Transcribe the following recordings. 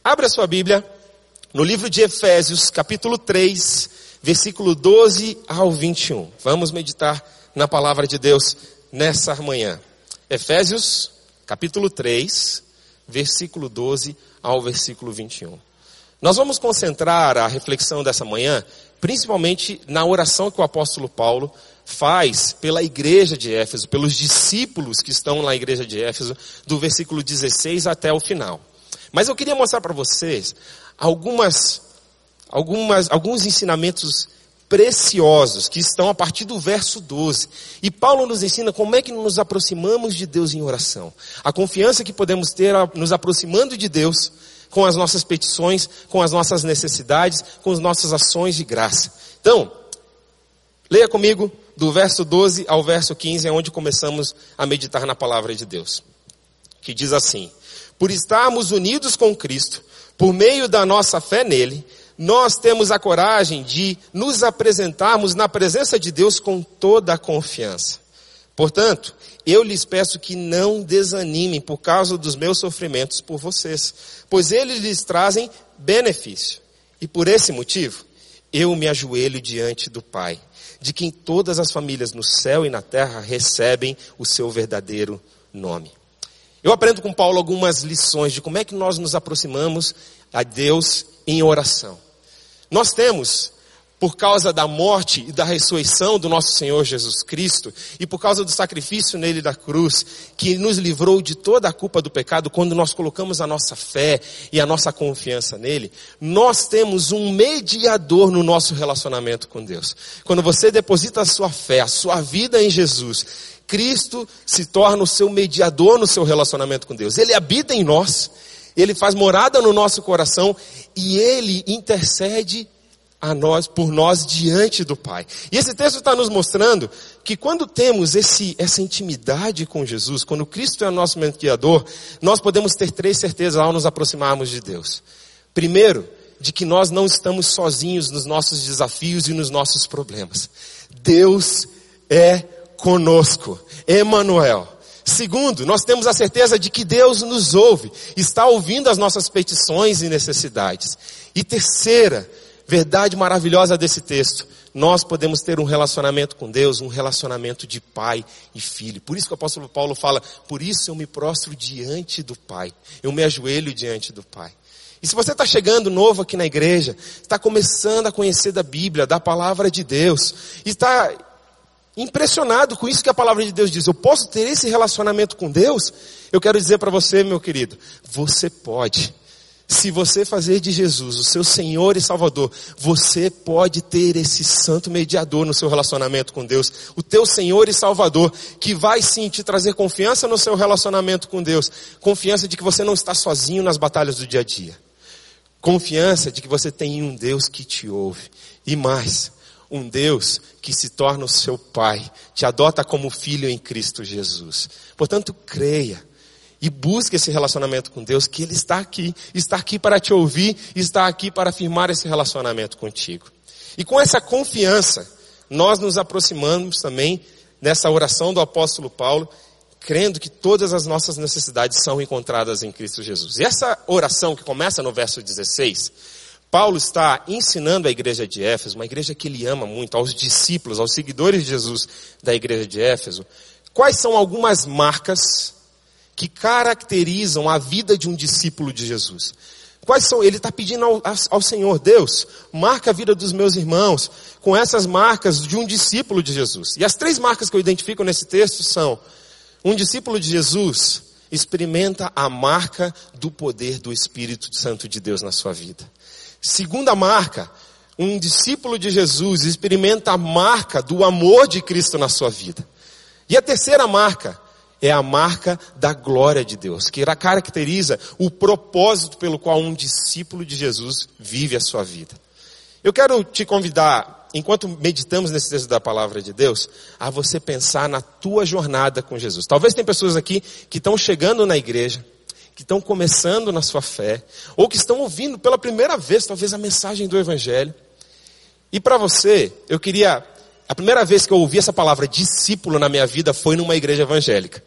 Abra sua Bíblia no livro de Efésios, capítulo 3, versículo 12 ao 21. Vamos meditar na palavra de Deus nessa manhã. Efésios, capítulo 3, versículo 12 ao versículo 21. Nós vamos concentrar a reflexão dessa manhã, principalmente na oração que o apóstolo Paulo faz pela igreja de Éfeso, pelos discípulos que estão na igreja de Éfeso, do versículo 16 até o final. Mas eu queria mostrar para vocês alguns ensinamentos preciosos que estão a partir do verso 12. E Paulo nos ensina como é que nos aproximamos de Deus em oração. A confiança que podemos ter nos aproximando de Deus com as nossas petições, com as nossas necessidades, com as nossas ações de graça. Então, leia comigo do verso 12 ao verso 15, é onde começamos a meditar na palavra de Deus. Que diz assim: por estarmos unidos com Cristo, por meio da nossa fé nele, nós temos a coragem de nos apresentarmos na presença de Deus com toda a confiança. Portanto, eu lhes peço que não desanimem por causa dos meus sofrimentos por vocês, pois eles lhes trazem benefício. E por esse motivo, eu me ajoelho diante do Pai, de quem todas as famílias no céu e na terra recebem o seu verdadeiro nome. Eu aprendo com Paulo algumas lições de como é que nós nos aproximamos a Deus em oração. Nós temos, por causa da morte e da ressurreição do nosso Senhor Jesus Cristo, e por causa do sacrifício nele da cruz, que nos livrou de toda a culpa do pecado, quando nós colocamos a nossa fé e a nossa confiança nele, nós temos um mediador no nosso relacionamento com Deus. Quando você deposita a sua fé, a sua vida em Jesus, Cristo se torna o seu mediador no seu relacionamento com Deus. Ele habita em nós, ele faz morada no nosso coração e ele intercede por nós diante do Pai. E esse texto está nos mostrando que quando temos essa intimidade com Jesus, quando Cristo é o nosso mediador, nós podemos ter 3 certezas ao nos aproximarmos de Deus. Primeiro, de que nós não estamos sozinhos nos nossos desafios e nos nossos problemas. Deus é conosco, Emanuel. Segundo, nós temos a certeza de que Deus nos ouve, está ouvindo as nossas petições e necessidades. E terceira, verdade maravilhosa desse texto, nós podemos ter um relacionamento com Deus, um relacionamento de pai e filho. Por isso que o apóstolo Paulo fala, por isso eu me prostro diante do Pai, eu me ajoelho diante do Pai. E se você está chegando novo aqui na igreja, está começando a conhecer da Bíblia, da palavra de Deus, está impressionado com isso que a palavra de Deus diz, eu posso ter esse relacionamento com Deus? Eu quero dizer para você, meu querido, você pode. Se você fazer de Jesus o seu Senhor e Salvador, você pode ter esse santo mediador no seu relacionamento com Deus, o teu Senhor e Salvador, que vai sim te trazer confiança no seu relacionamento com Deus, confiança de que você não está sozinho nas batalhas do dia a dia, confiança de que você tem um Deus que te ouve, e mais, um Deus que se torna o seu Pai, te adota como filho em Cristo Jesus. Portanto, creia e busque esse relacionamento com Deus, que Ele está aqui para te ouvir, está aqui para afirmar esse relacionamento contigo. E com essa confiança, nós nos aproximamos também nessa oração do apóstolo Paulo, crendo que todas as nossas necessidades são encontradas em Cristo Jesus. E essa oração que começa no verso 16, Paulo está ensinando a igreja de Éfeso, uma igreja que ele ama muito, aos discípulos, aos seguidores de Jesus da igreja de Éfeso, quais são algumas marcas que caracterizam a vida de um discípulo de Jesus. Quais são? Ele está pedindo ao Senhor, Deus, marca a vida dos meus irmãos com essas marcas de um discípulo de Jesus. E as 3 marcas que eu identifico nesse texto são: um discípulo de Jesus experimenta a marca do poder do Espírito Santo de Deus na sua vida. Segunda marca, um discípulo de Jesus experimenta a marca do amor de Cristo na sua vida. E a terceira marca é a marca da glória de Deus, que caracteriza o propósito pelo qual um discípulo de Jesus vive a sua vida. Eu quero te convidar, enquanto meditamos nesse texto da palavra de Deus, a você pensar na tua jornada com Jesus. Talvez tem pessoas aqui que estão chegando na igreja, que estão começando na sua fé, ou que estão ouvindo pela primeira vez, talvez, a mensagem do Evangelho. E para você, a primeira vez que eu ouvi essa palavra discípulo na minha vida foi numa igreja evangélica.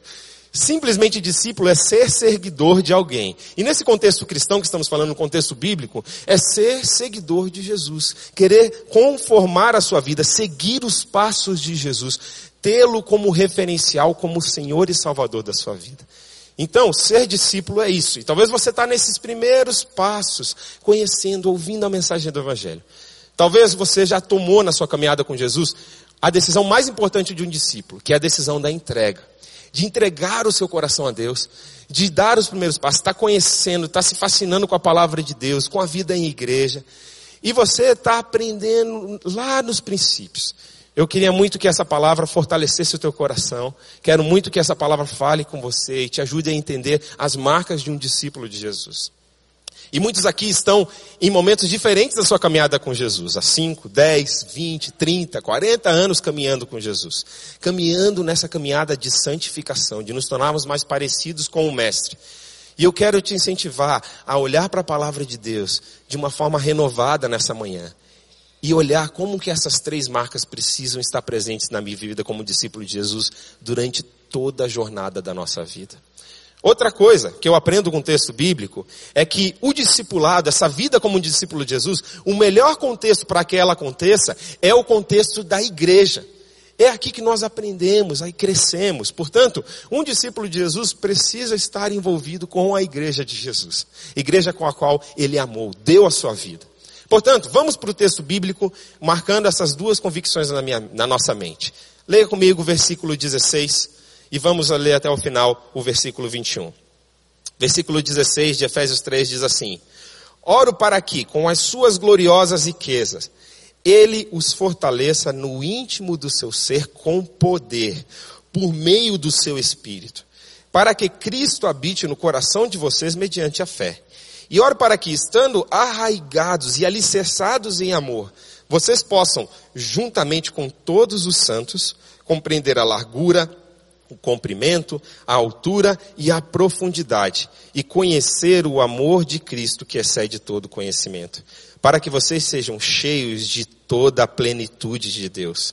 Simplesmente discípulo é ser seguidor de alguém. E nesse contexto cristão que estamos falando, no contexto bíblico, é ser seguidor de Jesus. Querer conformar a sua vida, seguir os passos de Jesus. Tê-lo como referencial, como Senhor e Salvador da sua vida. Então, ser discípulo é isso. E talvez você está nesses primeiros passos, conhecendo, ouvindo a mensagem do Evangelho. Talvez você já tomou na sua caminhada com Jesus a decisão mais importante de um discípulo, que é a decisão da entrega. De entregar o seu coração a Deus, de dar os primeiros passos, está conhecendo, está se fascinando com a palavra de Deus, com a vida em igreja. E você está aprendendo lá nos princípios. Eu queria muito que essa palavra fortalecesse o teu coração. Quero muito que essa palavra fale com você e te ajude a entender as marcas de um discípulo de Jesus. E muitos aqui estão em momentos diferentes da sua caminhada com Jesus. Há 5, 10, 20, 30, 40 anos caminhando com Jesus. Caminhando nessa caminhada de santificação, de nos tornarmos mais parecidos com o Mestre. E eu quero te incentivar a olhar para a palavra de Deus de uma forma renovada nessa manhã. E olhar como que essas 3 marcas precisam estar presentes na minha vida como discípulo de Jesus durante toda a jornada da nossa vida. Outra coisa que eu aprendo com o texto bíblico é que o discipulado, essa vida como um discípulo de Jesus, o melhor contexto para que ela aconteça é o contexto da igreja. É aqui que nós aprendemos, aí crescemos. Portanto, um discípulo de Jesus precisa estar envolvido com a igreja de Jesus. Igreja com a qual ele amou, deu a sua vida. Portanto, vamos para o texto bíblico, marcando essas 2 convicções na nossa mente. Leia comigo o versículo 16 e vamos ler até o final o versículo 21. Versículo 16 de Efésios 3 diz assim: Oro para que, com as suas gloriosas riquezas, Ele os fortaleça no íntimo do seu ser com poder, por meio do seu Espírito, para que Cristo habite no coração de vocês mediante a fé. E oro para que, estando arraigados e alicerçados em amor, vocês possam, juntamente com todos os santos, compreender a largura, o comprimento, a altura e a profundidade, e conhecer o amor de Cristo que excede todo conhecimento, para que vocês sejam cheios de toda a plenitude de Deus.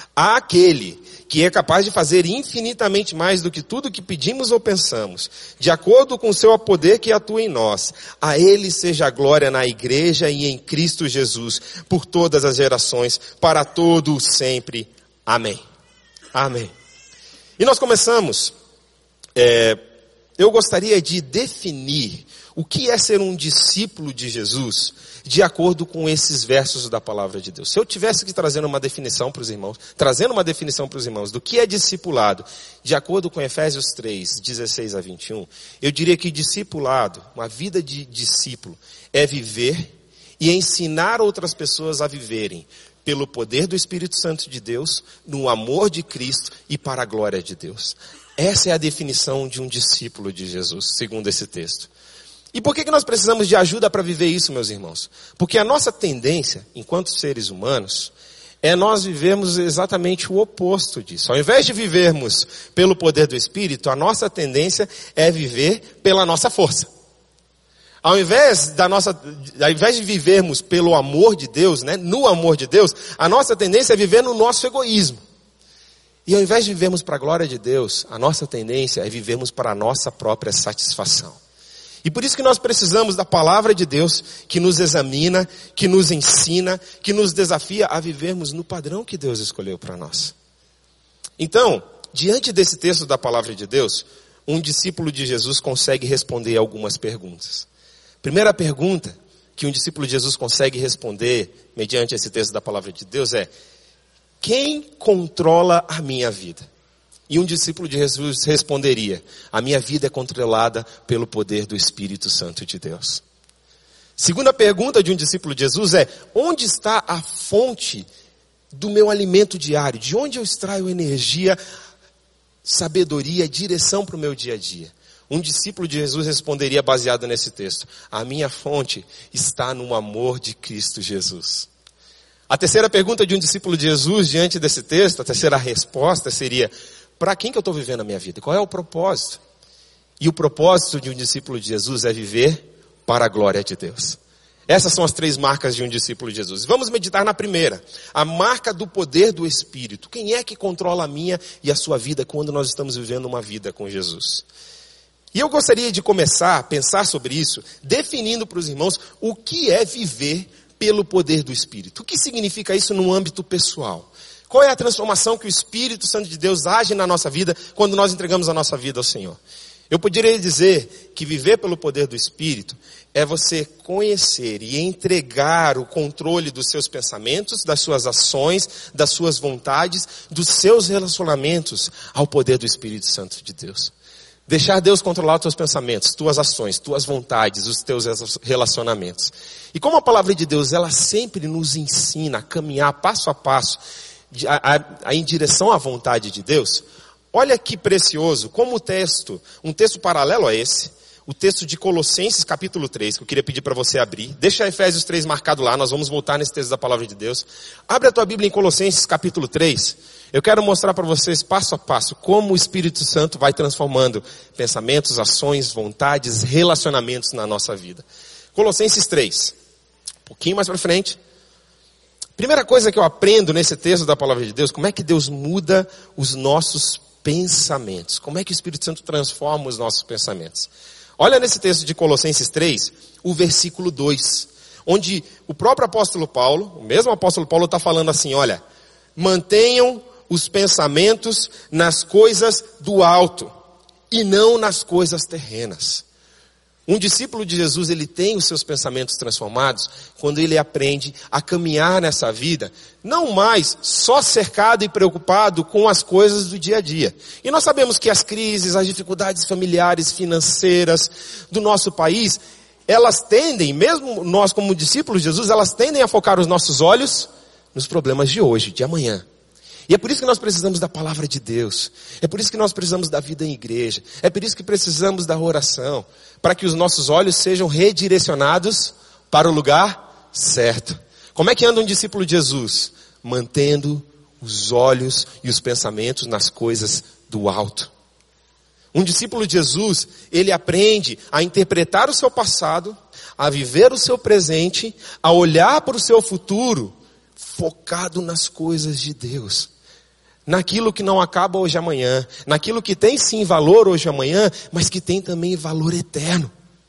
Aquele que é capaz de fazer infinitamente mais do que tudo que pedimos ou pensamos, de acordo com o seu poder que atua em nós. A Ele seja a glória na igreja e em Cristo Jesus, por todas as gerações, para todo sempre. Amém. Amém. E nós começamos, eu gostaria de definir o que é ser um discípulo de Jesus, de acordo com esses versos da palavra de Deus. Se eu tivesse que trazer uma definição para os irmãos, do que é discipulado, de acordo com Efésios 3, 16 a 21, eu diria que discipulado, uma vida de discípulo, é viver e ensinar outras pessoas a viverem pelo poder do Espírito Santo de Deus, no amor de Cristo e para a glória de Deus. Essa é a definição de um discípulo de Jesus, segundo esse texto. E por que nós precisamos de ajuda para viver isso, meus irmãos? Porque a nossa tendência, enquanto seres humanos, é nós vivermos exatamente o oposto disso. Ao invés de vivermos pelo poder do Espírito, a nossa tendência é viver pela nossa força. Ao invés de vivermos pelo amor de Deus, no amor de Deus, a nossa tendência é viver no nosso egoísmo. E ao invés de vivermos para a glória de Deus, a nossa tendência é vivermos para a nossa própria satisfação. E por isso que nós precisamos da palavra de Deus, que nos examina, que nos ensina, que nos desafia a vivermos no padrão que Deus escolheu para nós. Então, diante desse texto da palavra de Deus, um discípulo de Jesus consegue responder algumas perguntas. Primeira pergunta que um discípulo de Jesus consegue responder, mediante esse texto da palavra de Deus, é: quem controla a minha vida? E um discípulo de Jesus responderia: a minha vida é controlada pelo poder do Espírito Santo de Deus. Segunda pergunta de um discípulo de Jesus é: onde está a fonte do meu alimento diário? De onde eu extraio energia, sabedoria, direção para o meu dia a dia? Um discípulo de Jesus responderia baseado nesse texto: a minha fonte está no amor de Cristo Jesus. A terceira pergunta de um discípulo de Jesus diante desse texto, a terceira resposta seria: para quem que eu estou vivendo a minha vida? Qual é o propósito? E o propósito de um discípulo de Jesus é viver para a glória de Deus. Essas são as 3 marcas de um discípulo de Jesus. Vamos meditar na primeira, a marca do poder do Espírito. Quem é que controla a minha e a sua vida quando nós estamos vivendo uma vida com Jesus? E eu gostaria de começar a pensar sobre isso, definindo para os irmãos o que é viver pelo poder do Espírito. O que significa isso no âmbito pessoal? Qual é a transformação que o Espírito Santo de Deus age na nossa vida quando nós entregamos a nossa vida ao Senhor? Eu poderia dizer que viver pelo poder do Espírito é você conhecer e entregar o controle dos seus pensamentos, das suas ações, das suas vontades, dos seus relacionamentos ao poder do Espírito Santo de Deus. Deixar Deus controlar os teus pensamentos, tuas ações, tuas vontades, os teus relacionamentos. E como a palavra de Deus, ela sempre nos ensina a caminhar passo a passo em direção à vontade de Deus. Olha que precioso, como um texto paralelo a esse, o texto de Colossenses capítulo 3, que eu queria pedir para você abrir. Deixa Efésios 3 marcado lá, nós vamos voltar nesse texto da palavra de Deus. Abre a tua Bíblia em Colossenses capítulo 3. Eu quero mostrar para vocês passo a passo como o Espírito Santo vai transformando pensamentos, ações, vontades, relacionamentos na nossa vida. Colossenses 3, um pouquinho mais para frente. Primeira coisa que eu aprendo nesse texto da palavra de Deus, como é que Deus muda os nossos pensamentos. Como é que o Espírito Santo transforma os nossos pensamentos? Olha nesse texto de Colossenses 3, o versículo 2, onde o próprio apóstolo Paulo, o mesmo apóstolo Paulo está falando assim, olha, mantenham os pensamentos nas coisas do alto e não nas coisas terrenas. Um discípulo de Jesus, ele tem os seus pensamentos transformados quando ele aprende a caminhar nessa vida, não mais só cercado e preocupado com as coisas do dia a dia. E nós sabemos que as crises, as dificuldades familiares, financeiras do nosso país, elas tendem, mesmo nós como discípulos de Jesus, elas tendem a focar os nossos olhos nos problemas de hoje, de amanhã. E é por isso que nós precisamos da palavra de Deus. É por isso que nós precisamos da vida em igreja. É por isso que precisamos da oração. Para que os nossos olhos sejam redirecionados para o lugar certo. Como é que anda um discípulo de Jesus? Mantendo os olhos e os pensamentos nas coisas do alto. Um discípulo de Jesus, ele aprende a interpretar o seu passado, a viver o seu presente, a olhar para o seu futuro, focado nas coisas de Deus. Naquilo que não acaba hoje e amanhã, naquilo que tem sim valor hoje e amanhã, mas que tem também valor eterno.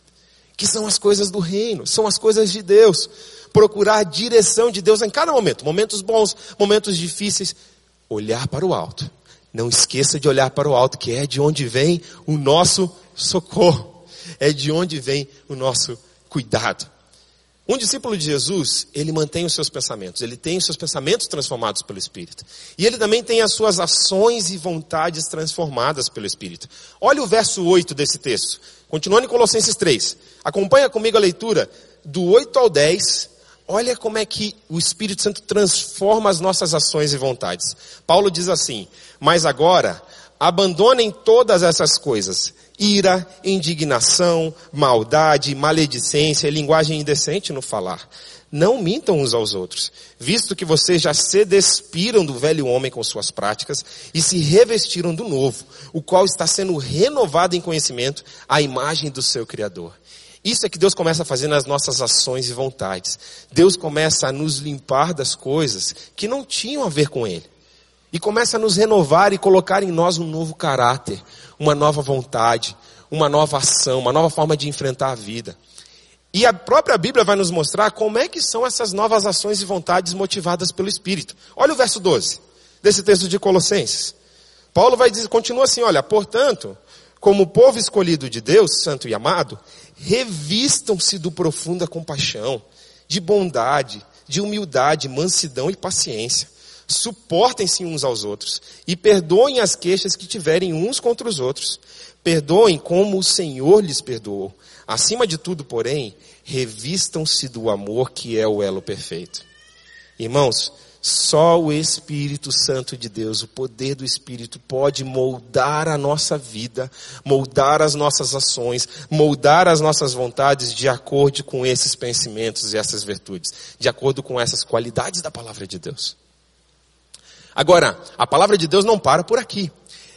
Que são as coisas do reino, são as coisas de Deus. Procurar a direção de Deus em cada momento, momentos bons, momentos difíceis. Olhar para o alto. Não esqueça de olhar para o alto, que é de onde vem o nosso socorro. É de onde vem o nosso cuidado. Um discípulo de Jesus, ele mantém os seus pensamentos, ele tem os seus pensamentos transformados pelo Espírito. E ele também tem as suas ações e vontades transformadas pelo Espírito. Olha o verso 8 desse texto, continuando em Colossenses 3. Acompanha comigo a leitura do 8 ao 10. Olha como é que o Espírito Santo transforma as nossas ações e vontades. Paulo diz assim, mas agora, abandonem todas essas coisas. Ira, indignação, maldade, maledicência, linguagem indecente no falar. Não mintam uns aos outros, visto que vocês já se despiram do velho homem com suas práticas e se revestiram do novo, o qual está sendo renovado em conhecimento à imagem do seu Criador. Isso é que Deus começa a fazer nas nossas ações e vontades. Deus começa a nos limpar das coisas que não tinham a ver com Ele. E começa a nos renovar e colocar em nós um novo caráter, uma nova vontade, uma nova ação, uma nova forma de enfrentar a vida. E a própria Bíblia vai nos mostrar como é que são essas novas ações e vontades motivadas pelo Espírito. Olha o verso 12 desse texto de Colossenses. Paulo vai dizer, continua assim, olha, portanto, como povo escolhido de Deus, santo e amado, revistam-se do profunda compaixão, de bondade, de humildade, mansidão e paciência. Suportem-se uns aos outros e perdoem as queixas que tiverem uns contra os outros. Perdoem como o Senhor lhes perdoou. Acima de tudo, porém, revistam-se do amor que é o elo perfeito. Irmãos, só o Espírito Santo de Deus, o poder do Espírito pode moldar a nossa vida, moldar as nossas ações, moldar as nossas vontades de acordo com esses pensamentos e essas virtudes, de acordo com essas qualidades da palavra de Deus. Agora, a palavra de Deus não para por aqui.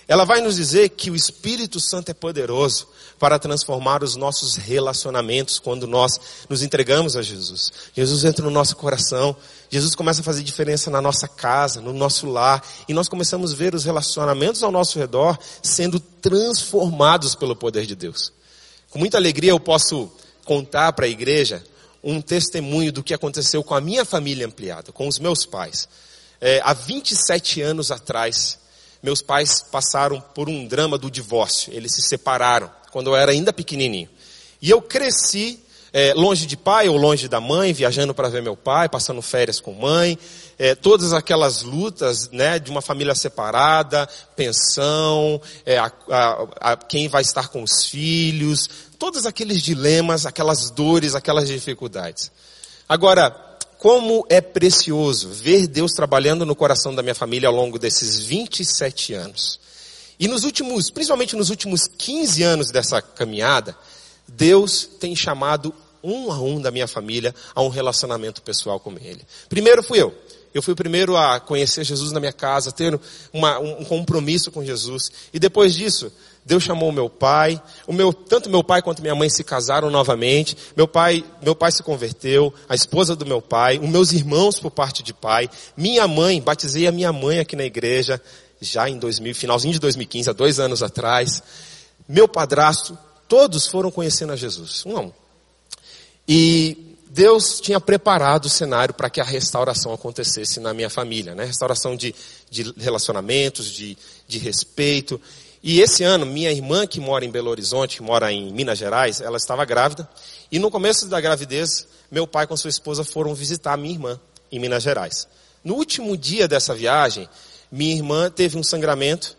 ela vai nos dizer que o Espírito Santo é poderoso para transformar os nossos relacionamentos quando nós nos entregamos a Jesus. Jesus entra no nosso coração, Jesus começa a fazer diferença na nossa casa, no nosso lar, e nós começamos a ver os relacionamentos ao nosso redor sendo transformados pelo poder de Deus. Com muita alegria eu posso contar para a igreja um testemunho do que aconteceu com a minha família ampliada, com os meus pais. Há 27 anos atrás, meus pais passaram por um drama do divórcio. Eles se separaram quando eu era ainda pequenininho. E eu cresci longe de pai ou longe da mãe, viajando para ver meu pai, passando férias com mãe. Todas aquelas lutas, né, de uma família separada, pensão, quem vai estar com os filhos, todos aqueles dilemas, aquelas dores, aquelas dificuldades. Agora, como é precioso ver Deus trabalhando no coração da minha família ao longo desses 27 anos. E principalmente nos últimos 15 anos dessa caminhada, Deus tem chamado um a um da minha família a um relacionamento pessoal com Ele. Primeiro fui eu. Eu fui o primeiro a conhecer Jesus na minha casa, ter um compromisso com Jesus. E depois disso, Deus chamou meu pai. Tanto meu pai quanto minha mãe se casaram novamente. Meu pai se converteu, a esposa do meu pai, os meus irmãos por parte de pai. Minha mãe, batizei a minha mãe aqui na igreja, já em finalzinho de 2015, há 2 anos atrás. Meu padrasto, todos foram conhecendo a Jesus, um a um. E Deus tinha preparado o cenário para que a restauração acontecesse na minha família, né? Restauração de relacionamentos, de respeito. E esse ano, minha irmã, que mora em Belo Horizonte, que mora em Minas Gerais, ela estava grávida. E no começo da gravidez, meu pai com sua esposa foram visitar a minha irmã em Minas Gerais. No último dia dessa viagem, minha irmã teve um sangramento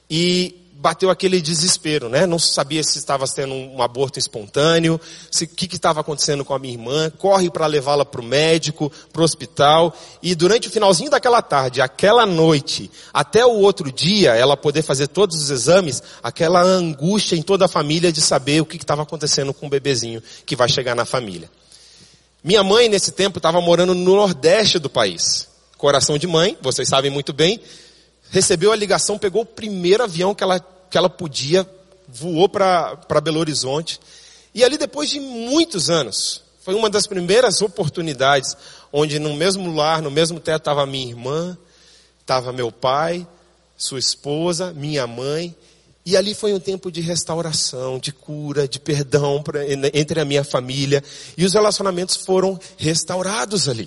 e bateu aquele desespero, né? Não sabia se estava tendo um aborto espontâneo, o que estava acontecendo com a minha irmã. Corre para levá-la para o médico, para o hospital. E durante o finalzinho daquela tarde, aquela noite, até o outro dia, ela poder fazer todos os exames, aquela angústia em toda a família de saber o que estava acontecendo com o bebezinho que vai chegar na família. Minha mãe, nesse tempo, estava morando no nordeste do país. Coração de mãe, vocês sabem muito bem. Recebeu a ligação, pegou o primeiro avião que ela podia, voou para Belo Horizonte. E ali, depois de muitos anos, foi uma das primeiras oportunidades onde no mesmo lar, no mesmo teto, estava minha irmã, estava meu pai, sua esposa, minha mãe. E ali foi um tempo de restauração, de cura, de perdão entre a minha família. E os relacionamentos foram restaurados ali.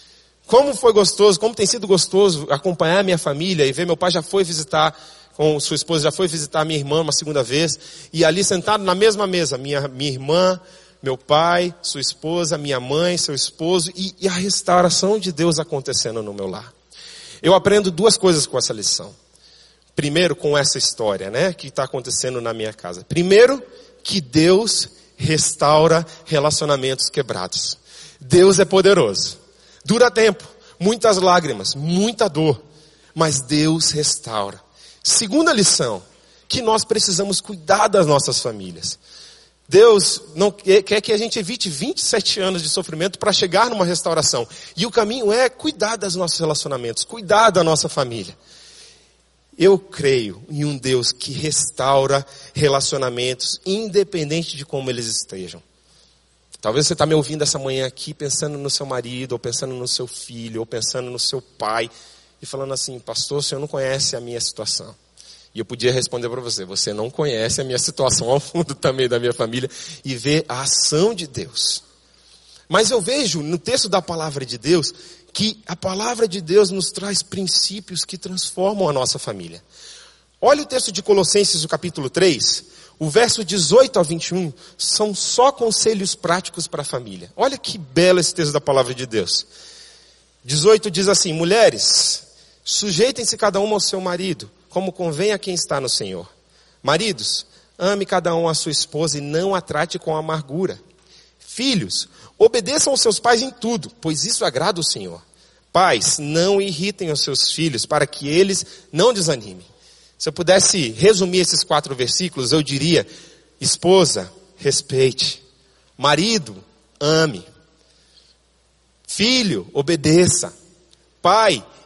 Como foi gostoso, como tem sido gostoso acompanhar a minha família e ver meu pai já foi visitar, com sua esposa já foi visitar a minha irmã uma segunda vez. E ali sentado na mesma mesa, minha irmã, meu pai, sua esposa, minha mãe, seu esposo e a restauração de Deus acontecendo no meu lar. Eu aprendo 2 coisas com essa lição. Primeiro, com essa história, né, que está acontecendo na minha casa. Primeiro, que Deus restaura relacionamentos quebrados. Deus é poderoso. Dura tempo, muitas lágrimas, muita dor, mas Deus restaura. Segunda lição, que nós precisamos cuidar das nossas famílias. Deus não quer que a gente evite 27 anos de sofrimento para chegar numa restauração. E o caminho é cuidar dos nossos relacionamentos, cuidar da nossa família. Eu creio em um Deus que restaura relacionamentos, independente de como eles estejam. Talvez você está me ouvindo essa manhã aqui pensando no seu marido, ou pensando no seu filho, ou pensando no seu pai, e falando assim, pastor, o senhor não conhece a minha situação. E eu podia responder para você, você não conhece a minha situação ao fundo também da minha família, e ver a ação de Deus. Mas eu vejo no texto da palavra de Deus, que a palavra de Deus nos traz princípios que transformam a nossa família. Olha o texto de Colossenses, o capítulo 3, o verso 18 ao 21, são só conselhos práticos para a família. Olha que belo esse texto da palavra de Deus. 18 diz assim, mulheres, sujeitem-se cada uma ao seu marido, como convém a quem está no Senhor. Maridos, ame cada um a sua esposa e não a trate com amargura. Filhos, obedeçam aos seus pais em tudo, pois isso agrada o Senhor. Pais, não irritem os seus filhos, para que eles não desanimem. Se eu pudesse resumir esses 4 versículos, eu diria, esposa, respeite. Marido, ame. Filho, obedeça. Pai,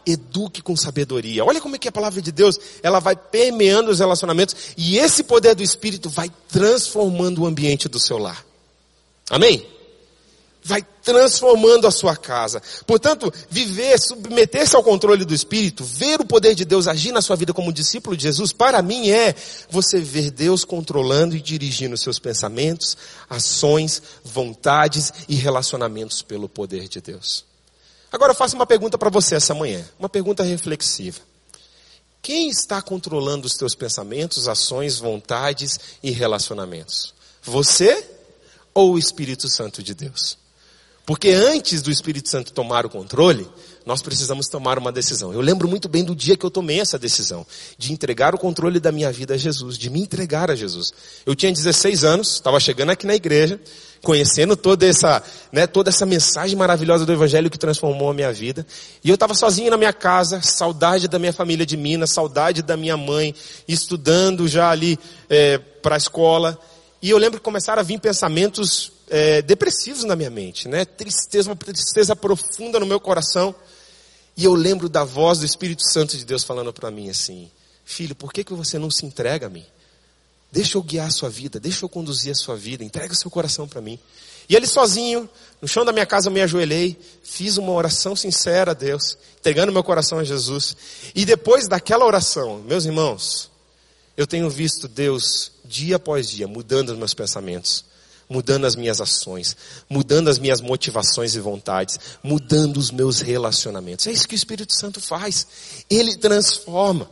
eduque com sabedoria. Olha como é que a palavra de Deus, ela vai permeando os relacionamentos e esse poder do Espírito vai transformando o ambiente do seu lar. Amém? Vai transformando a sua casa. Portanto, viver, submeter-se ao controle do Espírito, ver o poder de Deus agir na sua vida como discípulo de Jesus, para mim é você ver Deus controlando e dirigindo seus pensamentos, ações, vontades e relacionamentos pelo poder de Deus. Agora eu faço uma pergunta para você essa manhã, uma pergunta reflexiva. Quem está controlando os teus pensamentos, ações, vontades e relacionamentos? Você ou o Espírito Santo de Deus? Porque antes do Espírito Santo tomar o controle, nós precisamos tomar uma decisão. Eu lembro muito bem do dia que eu tomei essa decisão, de entregar o controle da minha vida a Jesus, de me entregar a Jesus. Eu tinha 16 anos, estava chegando aqui na igreja, conhecendo toda essa mensagem maravilhosa do Evangelho que transformou a minha vida. E eu estava sozinho na minha casa, saudade da minha família de Minas, saudade da minha mãe, estudando já ali para a escola. E eu lembro que começaram a vir pensamentos depressivos na minha mente, né? Uma tristeza profunda no meu coração. E eu lembro da voz do Espírito Santo de Deus falando para mim assim: filho, por que você não se entrega a mim? Deixa eu guiar a sua vida, deixa eu conduzir a sua vida, entrega o seu coração para mim. E ali sozinho, no chão da minha casa, eu me ajoelhei, fiz uma oração sincera a Deus, entregando meu coração a Jesus. E depois daquela oração, meus irmãos, eu tenho visto Deus, dia após dia, mudando os meus pensamentos, mudando as minhas ações, mudando as minhas motivações e vontades, mudando os meus relacionamentos. É isso que o Espírito Santo faz. Ele transforma.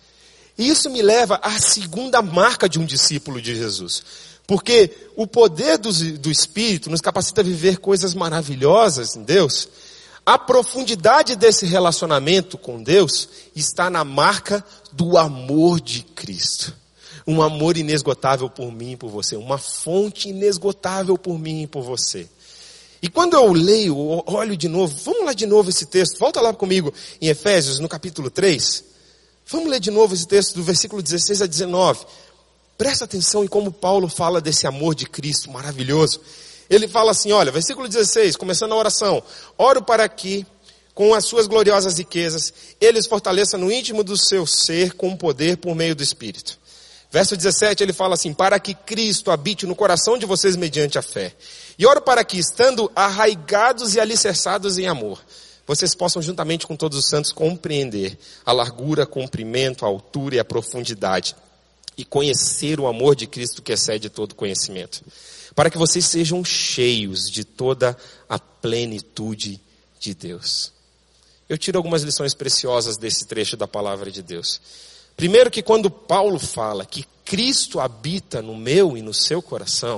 E isso me leva à segunda marca de um discípulo de Jesus. Porque o poder do Espírito nos capacita a viver coisas maravilhosas em Deus. A profundidade desse relacionamento com Deus está na marca do amor de Cristo. Um amor inesgotável por mim e por você. Uma fonte inesgotável por mim e por você. E quando eu leio, olho de novo, vamos lá de novo esse texto. Volta lá comigo em Efésios, no capítulo 3. Vamos ler de novo esse texto do versículo 16 a 19. Presta atenção em como Paulo fala desse amor de Cristo maravilhoso. Ele fala assim, olha, versículo 16, começando a oração. Oro para que, com as suas gloriosas riquezas, ele os fortaleça no íntimo do seu ser com poder por meio do Espírito. Verso 17, ele fala assim, para que Cristo habite no coração de vocês mediante a fé. E oro para que, estando arraigados e alicerçados em amor, vocês possam juntamente com todos os santos compreender a largura, comprimento, a altura e a profundidade. E conhecer o amor de Cristo que excede todo conhecimento. Para que vocês sejam cheios de toda a plenitude de Deus. Eu tiro algumas lições preciosas desse trecho da palavra de Deus. Primeiro que quando Paulo fala que Cristo habita no meu e no seu coração,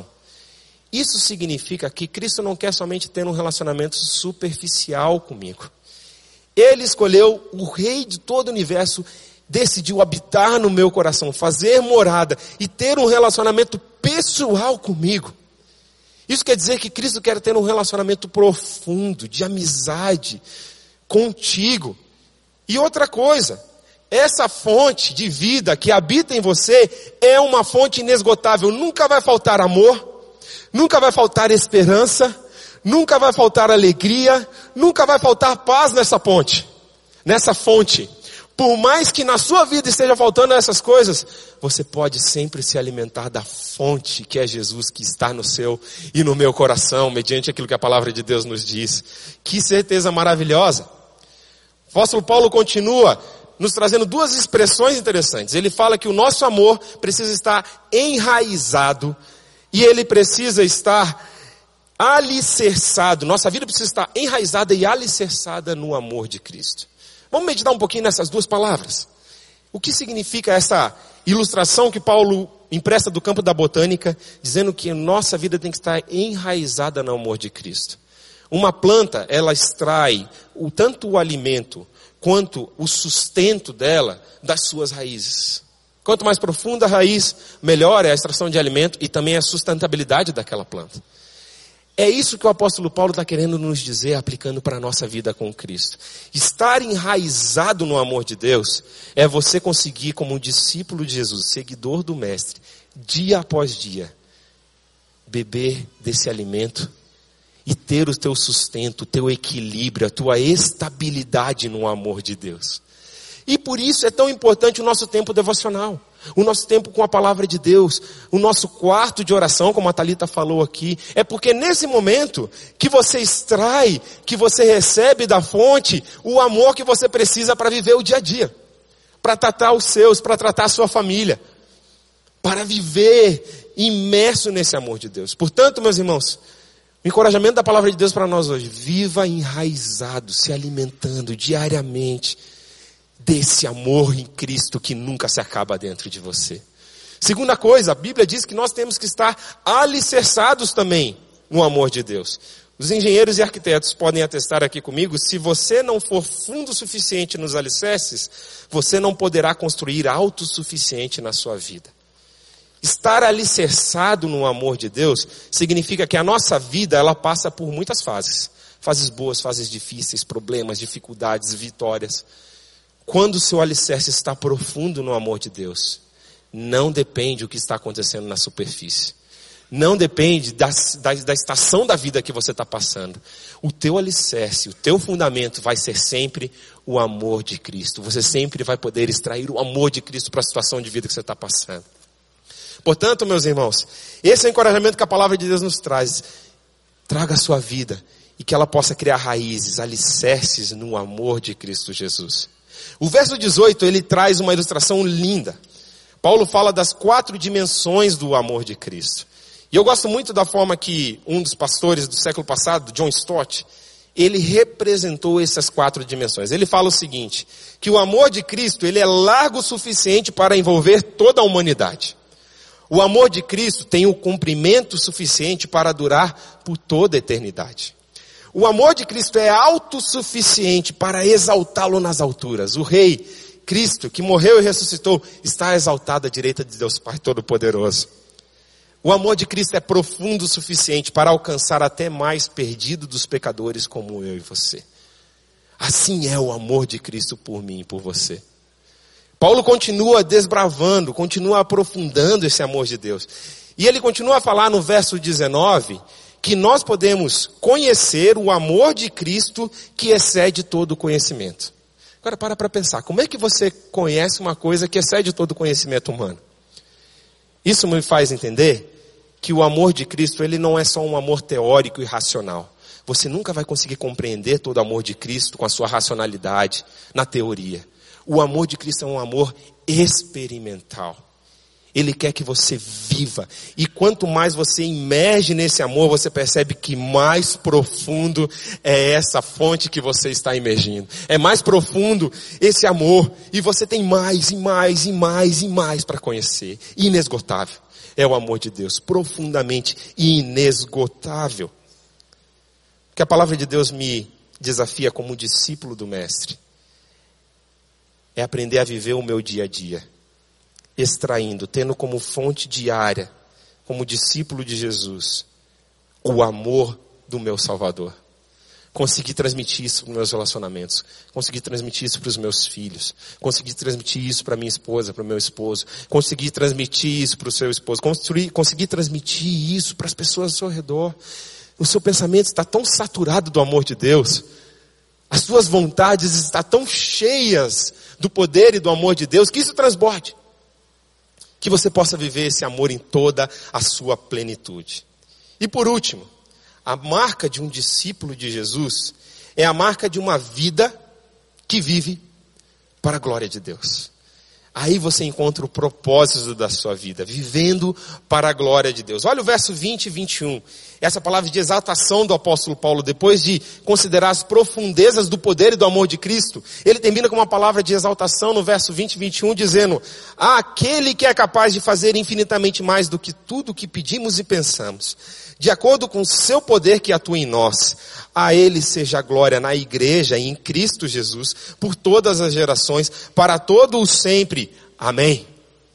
isso significa que Cristo não quer somente ter um relacionamento superficial comigo. Ele escolheu o Rei de todo o universo, decidiu habitar no meu coração, fazer morada e ter um relacionamento pessoal comigo. Isso quer dizer que Cristo quer ter um relacionamento profundo, de amizade contigo. E outra coisa, essa fonte de vida que habita em você é uma fonte inesgotável. Nunca vai faltar amor, nunca vai faltar esperança, nunca vai faltar alegria, nunca vai faltar paz nessa ponte, nessa fonte. Por mais que na sua vida esteja faltando essas coisas, você pode sempre se alimentar da fonte que é Jesus, que está no seu e no meu coração, mediante aquilo que a palavra de Deus nos diz. Que certeza maravilhosa! O apóstolo Paulo continua nos trazendo duas expressões interessantes. Ele fala que o nosso amor precisa estar enraizado e ele precisa estar alicerçado. Nossa vida precisa estar enraizada e alicerçada no amor de Cristo. Vamos meditar um pouquinho nessas duas palavras. O que significa essa ilustração que Paulo empresta do campo da botânica, dizendo que nossa vida tem que estar enraizada no amor de Cristo. Uma planta, ela extrai tanto o alimento quanto o sustento dela das suas raízes. Quanto mais profunda a raiz, melhor é a extração de alimento e também a sustentabilidade daquela planta. É isso que o apóstolo Paulo está querendo nos dizer, aplicando para a nossa vida com Cristo. Estar enraizado no amor de Deus é você conseguir, como um discípulo de Jesus, seguidor do Mestre, dia após dia, beber desse alimento e ter o teu sustento, o teu equilíbrio, a tua estabilidade no amor de Deus. E por isso é tão importante o nosso tempo devocional, o nosso tempo com a palavra de Deus, o nosso quarto de oração, como a Thalita falou aqui. É porque nesse momento que você extrai, que você recebe da fonte, o amor que você precisa para viver o dia a dia, para tratar os seus, para tratar a sua família, para viver imerso nesse amor de Deus. Portanto, meus irmãos, o encorajamento da palavra de Deus para nós hoje: viva enraizado, se alimentando diariamente desse amor em Cristo que nunca se acaba dentro de você. Segunda coisa, a Bíblia diz que nós temos que estar alicerçados também no amor de Deus. Os engenheiros e arquitetos podem atestar aqui comigo: se você não for fundo suficiente nos alicerces, você não poderá construir alto o suficiente na sua vida. Estar alicerçado no amor de Deus significa que a nossa vida, ela passa por muitas fases. Fases boas, fases difíceis, problemas, dificuldades, vitórias. Quando o seu alicerce está profundo no amor de Deus, não depende o que está acontecendo na superfície. Não depende da estação da vida que você está passando. O teu alicerce, o teu fundamento vai ser sempre o amor de Cristo. Você sempre vai poder extrair o amor de Cristo para a situação de vida que você está passando. Portanto, meus irmãos, esse é o encorajamento que a palavra de Deus nos traz. Traga a sua vida e que ela possa criar raízes, alicerces no amor de Cristo Jesus. O verso 18, ele traz uma ilustração linda. Paulo fala das 4 dimensões do amor de Cristo. E eu gosto muito da forma que um dos pastores do século passado, John Stott, ele representou essas 4 dimensões. Ele fala o seguinte, que o amor de Cristo, ele é largo o suficiente para envolver toda a humanidade. O amor de Cristo tem o comprimento suficiente para durar por toda a eternidade. O amor de Cristo é autossuficiente para exaltá-lo nas alturas. O Rei Cristo, que morreu e ressuscitou, está exaltado à direita de Deus Pai Todo-Poderoso. O amor de Cristo é profundo o suficiente para alcançar até mais perdido dos pecadores como eu e você. Assim é o amor de Cristo por mim e por você. Paulo continua desbravando, continua aprofundando esse amor de Deus. E ele continua a falar no verso 19... que nós podemos conhecer o amor de Cristo que excede todo o conhecimento. Agora para pensar, como é que você conhece uma coisa que excede todo o conhecimento humano? Isso me faz entender que o amor de Cristo, ele não é só um amor teórico e racional. Você nunca vai conseguir compreender todo o amor de Cristo com a sua racionalidade, na teoria. O amor de Cristo é um amor experimental. Ele quer que você viva. E quanto mais você imerge nesse amor, você percebe que mais profundo é essa fonte que você está imergindo. É mais profundo esse amor. E você tem mais e mais e mais e mais para conhecer. Inesgotável. É o amor de Deus. Profundamente inesgotável. O que a palavra de Deus me desafia como discípulo do Mestre é aprender a viver o meu dia a dia. Extraindo, tendo como fonte diária, como discípulo de Jesus, o amor do meu Salvador. Conseguir transmitir isso para os meus relacionamentos, conseguir transmitir isso para os meus filhos, conseguir transmitir isso para minha esposa, para o meu esposo, conseguir transmitir isso para o seu esposo, conseguir transmitir isso para as pessoas ao seu redor. O seu pensamento está tão saturado do amor de Deus, as suas vontades estão tão cheias do poder e do amor de Deus, que isso transborde. Que você possa viver esse amor em toda a sua plenitude. E por último, a marca de um discípulo de Jesus é a marca de uma vida que vive para a glória de Deus. Aí você encontra o propósito da sua vida, vivendo para a glória de Deus. Olha o verso 20 e 21. Essa palavra de exaltação do apóstolo Paulo, depois de considerar as profundezas do poder e do amor de Cristo, ele termina com uma palavra de exaltação no verso 20 e 21, dizendo: aquele que é capaz de fazer infinitamente mais do que tudo que pedimos e pensamos, de acordo com o seu poder que atua em nós, a ele seja a glória na igreja e em Cristo Jesus, por todas as gerações, para todo o sempre. Amém.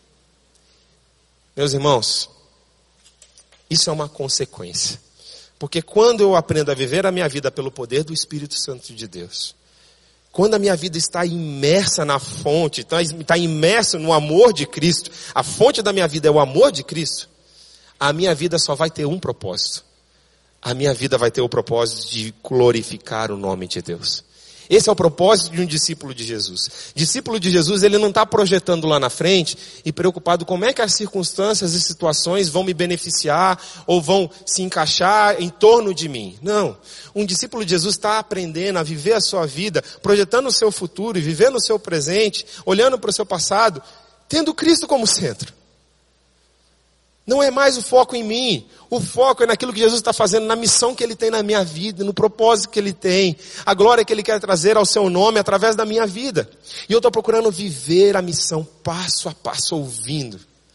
Meus irmãos, isso é uma consequência. Porque quando eu aprendo a viver a minha vida pelo poder do Espírito Santo de Deus, quando a minha vida está imersa na fonte, está imersa no amor de Cristo, a fonte da minha vida é o amor de Cristo, a minha vida só vai ter um propósito: a minha vida vai ter o propósito de glorificar o nome de Deus. Esse é o propósito de um discípulo de Jesus. Discípulo de Jesus, ele não está projetando lá na frente e preocupado como é que as circunstâncias e situações vão me beneficiar ou vão se encaixar em torno de mim. Não. Um discípulo de Jesus está aprendendo a viver a sua vida, projetando o seu futuro e vivendo o seu presente, olhando para o seu passado, tendo Cristo como centro. Não é mais o foco em mim. O foco é naquilo que Jesus está fazendo, na missão que Ele tem na minha vida, no propósito que Ele tem, a glória que Ele quer trazer ao seu nome através da minha vida. E eu estou procurando viver a missão passo a passo, ouvindo,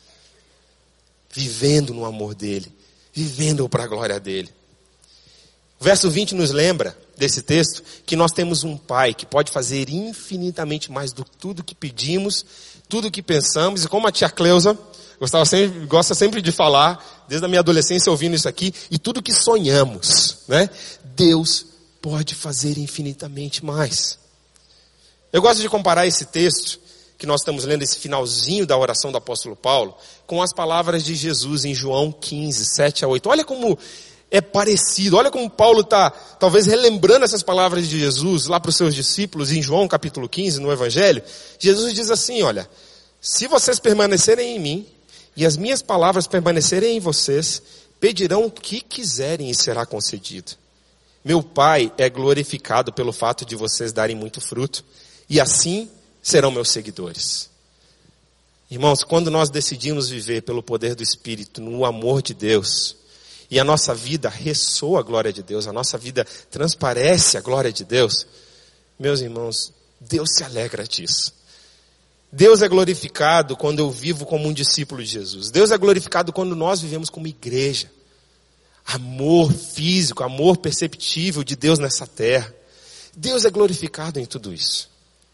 vivendo no amor dEle, vivendo para a glória dEle. O verso 20 nos lembra desse texto que nós temos um Pai que pode fazer infinitamente mais do que tudo que pedimos, tudo que pensamos, e como a tia Cleusa gosta sempre de falar, desde a minha adolescência ouvindo isso aqui, e tudo que sonhamos, né? Deus pode fazer infinitamente mais. Eu gosto de comparar esse texto que nós estamos lendo, esse finalzinho da oração do apóstolo Paulo, com as palavras de Jesus em João 15, 7 a 8. Olha como é parecido, olha como Paulo está talvez relembrando essas palavras de Jesus lá para os seus discípulos em João capítulo 15, no Evangelho. Jesus diz assim, olha, se vocês permanecerem em mim, e as minhas palavras permanecerem em vocês, pedirão o que quiserem e será concedido. Meu Pai é glorificado pelo fato de vocês darem muito fruto, e assim serão meus seguidores. Irmãos, quando nós decidimos viver pelo poder do Espírito, no amor de Deus, e a nossa vida ressoa a glória de Deus, a nossa vida transparece a glória de Deus, meus irmãos, Deus se alegra disso. Deus é glorificado quando eu vivo como um discípulo de Jesus. Deus é glorificado quando nós vivemos como igreja. Amor físico, amor perceptível de Deus nessa terra. Deus é glorificado em tudo isso.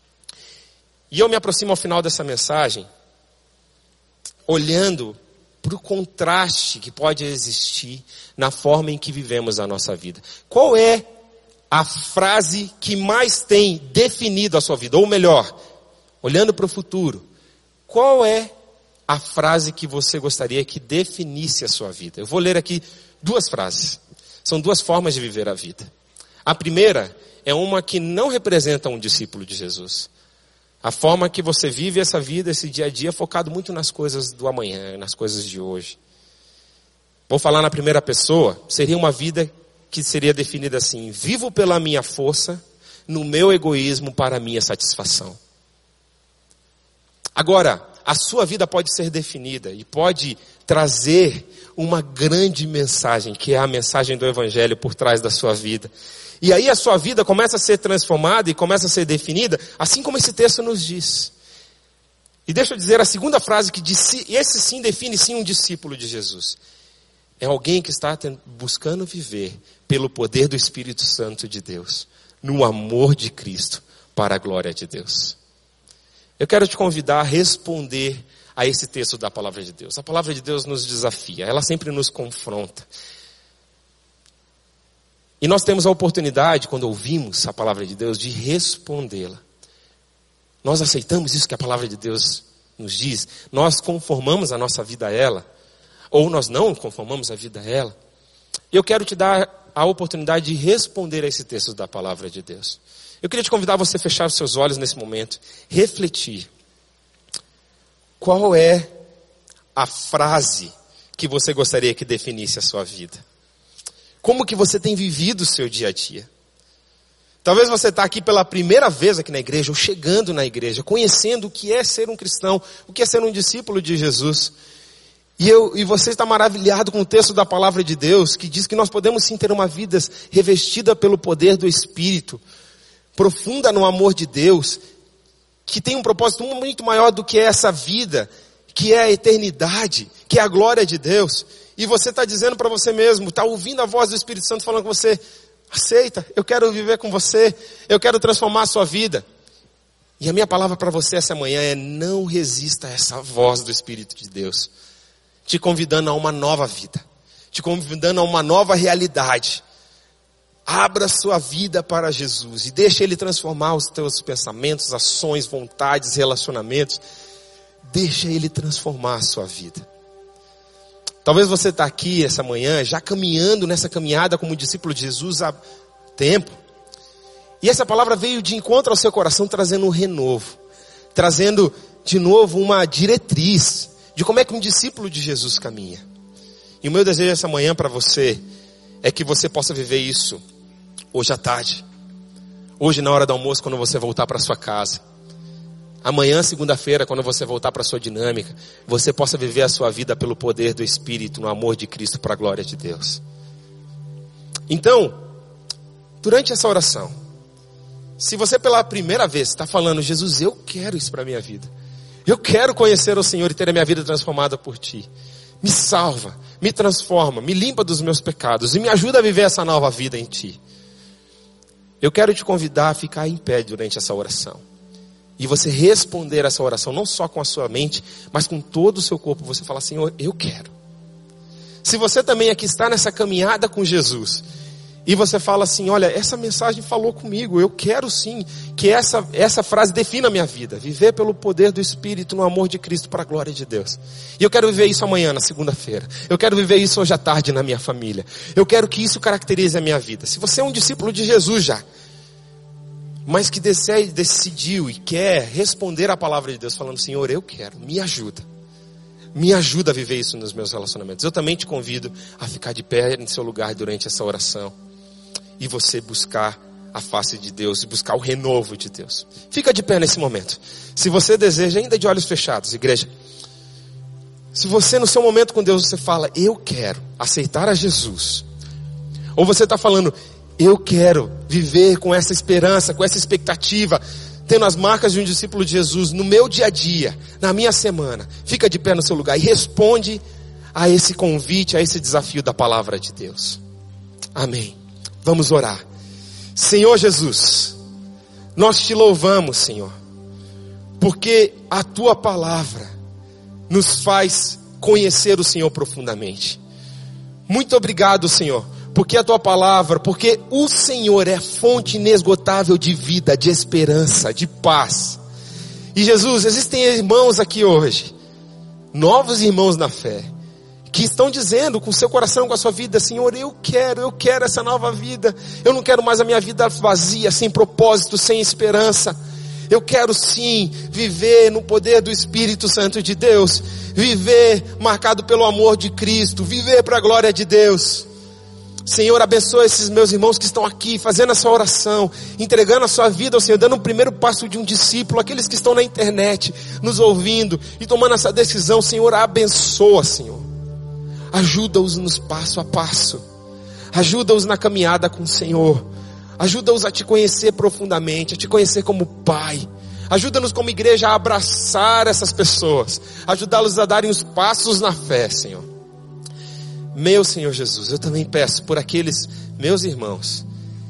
E eu me aproximo ao final dessa mensagem, olhando para o contraste que pode existir na forma em que vivemos a nossa vida. Qual é a frase que mais tem definido a sua vida? Ou melhor, olhando para o futuro, qual é a frase que você gostaria que definisse a sua vida? Eu vou ler aqui duas frases. São duas formas de viver a vida. A primeira é uma que não representa um discípulo de Jesus. A forma que você vive essa vida, esse dia a dia, focado muito nas coisas do amanhã, nas coisas de hoje. Vou falar na primeira pessoa, seria uma vida que seria definida assim: vivo pela minha força, no meu egoísmo para a minha satisfação. Agora, a sua vida pode ser definida e pode trazer uma grande mensagem, que é a mensagem do Evangelho por trás da sua vida. E aí a sua vida começa a ser transformada e começa a ser definida, assim como esse texto nos diz. E deixa eu dizer a segunda frase que diz, esse sim define sim um discípulo de Jesus. É alguém que está buscando viver pelo poder do Espírito Santo de Deus, no amor de Cristo, para a glória de Deus. Eu quero te convidar a responder a esse texto da palavra de Deus. A palavra de Deus nos desafia, ela sempre nos confronta. E nós temos a oportunidade, quando ouvimos a palavra de Deus, de respondê-la. Nós aceitamos isso que a palavra de Deus nos diz, nós conformamos a nossa vida a ela, ou nós não conformamos a vida a ela. Eu quero te dar a oportunidade de responder a esse texto da palavra de Deus. Eu queria te convidar a você fechar os seus olhos nesse momento, refletir. Qual é a frase que você gostaria que definisse a sua vida? Como que você tem vivido o seu dia a dia? Talvez você está aqui pela primeira vez aqui na igreja, ou chegando na igreja, conhecendo o que é ser um cristão, o que é ser um discípulo de Jesus. E você está maravilhado com o texto da palavra de Deus, que diz que nós podemos sim ter uma vida revestida pelo poder do Espírito, profunda no amor de Deus, que tem um propósito muito maior do que essa vida, que é a eternidade, que é a glória de Deus. E você está dizendo para você mesmo, está ouvindo a voz do Espírito Santo falando com você, aceita, eu quero viver com você, eu quero transformar a sua vida. E a minha palavra para você essa manhã é: não resista a essa voz do Espírito de Deus, te convidando a uma nova vida, te convidando a uma nova realidade. Abra sua vida para Jesus e deixe Ele transformar os teus pensamentos, ações, vontades, relacionamentos. Deixa Ele transformar a sua vida. Talvez você está aqui essa manhã, já caminhando nessa caminhada como discípulo de Jesus há tempo. E essa palavra veio de encontro ao seu coração, trazendo um renovo. Trazendo de novo uma diretriz de como é que um discípulo de Jesus caminha. E o meu desejo essa manhã para você é que você possa viver isso hoje à tarde. Hoje na hora do almoço, quando você voltar para sua casa. Amanhã, segunda-feira, quando você voltar para a sua dinâmica, você possa viver a sua vida pelo poder do Espírito, no amor de Cristo, para a glória de Deus. Então, durante essa oração, se você pela primeira vez está falando, Jesus, eu quero isso para a minha vida. Eu quero conhecer o Senhor e ter a minha vida transformada por Ti. Me salva, me transforma, me limpa dos meus pecados e me ajuda a viver essa nova vida em Ti. Eu quero te convidar a ficar em pé durante essa oração. E você responder essa oração, não só com a sua mente, mas com todo o seu corpo. Você fala, Senhor, eu quero. Se você também aqui está nessa caminhada com Jesus, e você fala assim, olha, essa mensagem falou comigo, eu quero sim, que essa frase defina a minha vida. Viver pelo poder do Espírito, no amor de Cristo, para a glória de Deus. E eu quero viver isso amanhã, na segunda-feira. Eu quero viver isso hoje à tarde na minha família. Eu quero que isso caracterize a minha vida. Se você é um discípulo de Jesus já, mas que decidiu e quer responder à palavra de Deus, falando, Senhor, eu quero, me ajuda. Me ajuda a viver isso nos meus relacionamentos. Eu também te convido a ficar de pé em seu lugar durante essa oração. E você buscar a face de Deus e buscar o renovo de Deus. Fica de pé nesse momento. Se você deseja, ainda de olhos fechados, igreja. Se você no seu momento com Deus, você fala, eu quero aceitar a Jesus. Ou você está falando, eu quero viver com essa esperança, com essa expectativa, tendo as marcas de um discípulo de Jesus no meu dia a dia, na minha semana. Fica de pé no seu lugar e responde a esse convite, a esse desafio da palavra de Deus. Amém. Vamos orar. Senhor Jesus, nós te louvamos, Senhor, porque a tua palavra nos faz conhecer o Senhor profundamente. Muito obrigado, Senhor, porque a tua palavra, porque o Senhor é fonte inesgotável de vida, de esperança, de paz. E Jesus, existem irmãos aqui hoje, novos irmãos na fé, que estão dizendo com o seu coração, com a sua vida, Senhor, eu quero essa nova vida. Eu não quero mais a minha vida vazia, sem propósito, sem esperança. Eu quero sim viver no poder do Espírito Santo de Deus, viver marcado pelo amor de Cristo, viver para a glória de Deus. Senhor, abençoa esses meus irmãos que estão aqui, fazendo essa oração, entregando a sua vida ao Senhor, dando o primeiro passo de um discípulo, aqueles que estão na internet, nos ouvindo e tomando essa decisão. Senhor, abençoa, Senhor. Ajuda-os nos passo a passo. Ajuda-os na caminhada com o Senhor. Ajuda-os a te conhecer profundamente, a te conhecer como Pai. Ajuda-nos como igreja a abraçar essas pessoas. Ajudá-los a darem os passos na fé, Senhor. Meu Senhor Jesus, eu também peço por aqueles meus irmãos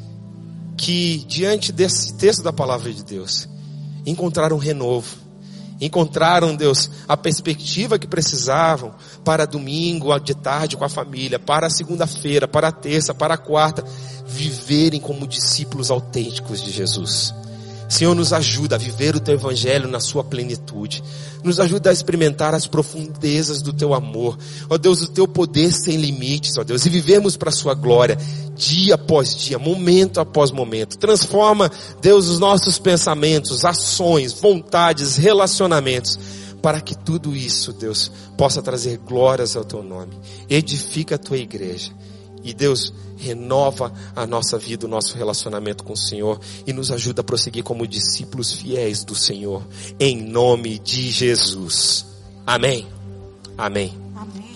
que diante desse texto da palavra de Deus encontraram renovo. Encontraram, Deus, a perspectiva que precisavam para domingo, de tarde com a família, para a segunda-feira, para a terça, para a quarta, viverem como discípulos autênticos de Jesus. Senhor, nos ajuda a viver o Teu Evangelho na sua plenitude. Nos ajuda a experimentar as profundezas do Teu amor. Ó Deus, o Teu poder sem limites, ó Deus, e vivemos para a Sua glória, dia após dia, momento após momento. Transforma, Deus, os nossos pensamentos, ações, vontades, relacionamentos, para que tudo isso, Deus, possa trazer glórias ao Teu nome. Edifica a Tua igreja. E Deus, renova a nossa vida, o nosso relacionamento com o Senhor e nos ajuda a prosseguir como discípulos fiéis do Senhor, em nome de Jesus. Amém. Amém.